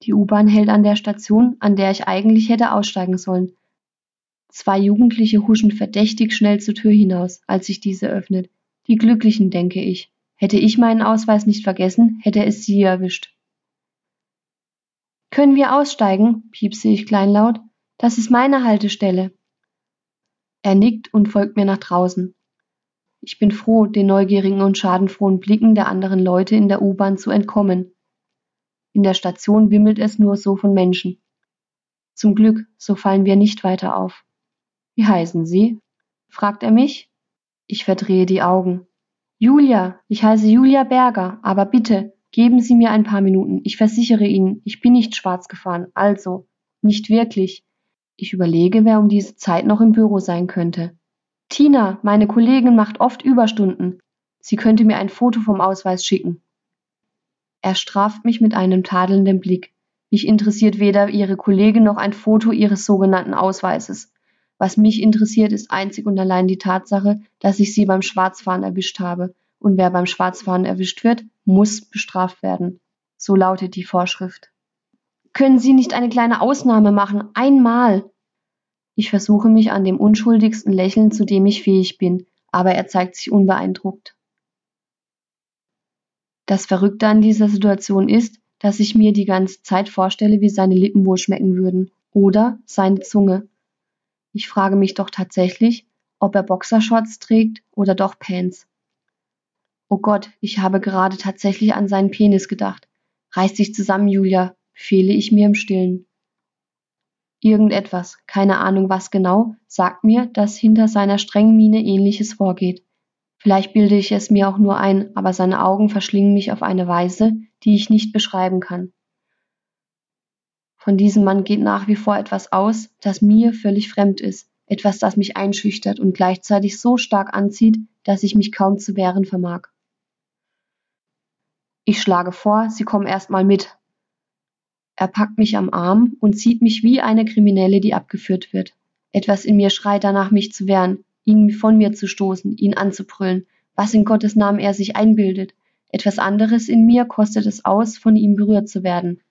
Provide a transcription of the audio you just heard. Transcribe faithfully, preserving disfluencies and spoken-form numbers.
Die U-Bahn hält an der Station, an der ich eigentlich hätte aussteigen sollen. Zwei Jugendliche huschen verdächtig schnell zur Tür hinaus, als sich diese öffnet. Die Glücklichen, denke ich. Hätte ich meinen Ausweis nicht vergessen, hätte es sie erwischt. »Können wir aussteigen?« piepse ich kleinlaut. »Das ist meine Haltestelle.« Er nickt und folgt mir nach draußen. Ich bin froh, den neugierigen und schadenfrohen Blicken der anderen Leute in der U-Bahn zu entkommen. In der Station wimmelt es nur so von Menschen. Zum Glück, so fallen wir nicht weiter auf. »Wie heißen Sie?« fragt er mich. Ich verdrehe die Augen. »Julia, ich heiße Julia Berger, aber bitte, geben Sie mir ein paar Minuten. Ich versichere Ihnen, ich bin nicht schwarz gefahren, also, nicht wirklich.« Ich überlege, wer um diese Zeit noch im Büro sein könnte. »Tina, meine Kollegin macht oft Überstunden. Sie könnte mir ein Foto vom Ausweis schicken.« Er straft mich mit einem tadelnden Blick. Mich interessiert weder Ihre Kollegin noch ein Foto Ihres sogenannten Ausweises. Was mich interessiert, ist einzig und allein die Tatsache, dass ich Sie beim Schwarzfahren erwischt habe. Und wer beim Schwarzfahren erwischt wird, muss bestraft werden. So lautet die Vorschrift. »Können Sie nicht eine kleine Ausnahme machen? Einmal!« Ich versuche mich an dem unschuldigsten Lächeln, zu dem ich fähig bin, aber er zeigt sich unbeeindruckt. Das Verrückte an dieser Situation ist, dass ich mir die ganze Zeit vorstelle, wie seine Lippen wohl schmecken würden. Oder seine Zunge. Ich frage mich doch tatsächlich, ob er Boxershorts trägt oder doch Pants. Oh Gott, ich habe gerade tatsächlich an seinen Penis gedacht. Reiß dich zusammen, Julia, befehle ich mir im Stillen. Irgendetwas, keine Ahnung was genau, sagt mir, dass hinter seiner strengen Miene Ähnliches vorgeht. Vielleicht bilde ich es mir auch nur ein, aber seine Augen verschlingen mich auf eine Weise, die ich nicht beschreiben kann. Von diesem Mann geht nach wie vor etwas aus, das mir völlig fremd ist, etwas, das mich einschüchtert und gleichzeitig so stark anzieht, dass ich mich kaum zu wehren vermag. Ich schlage vor, Sie kommen erst mal mit. Er packt mich am Arm und zieht mich wie eine Kriminelle, die abgeführt wird. Etwas in mir schreit danach, mich zu wehren, ihn von mir zu stoßen, ihn anzubrüllen, was in Gottes Namen er sich einbildet. Etwas anderes in mir kostet es aus, von ihm berührt zu werden.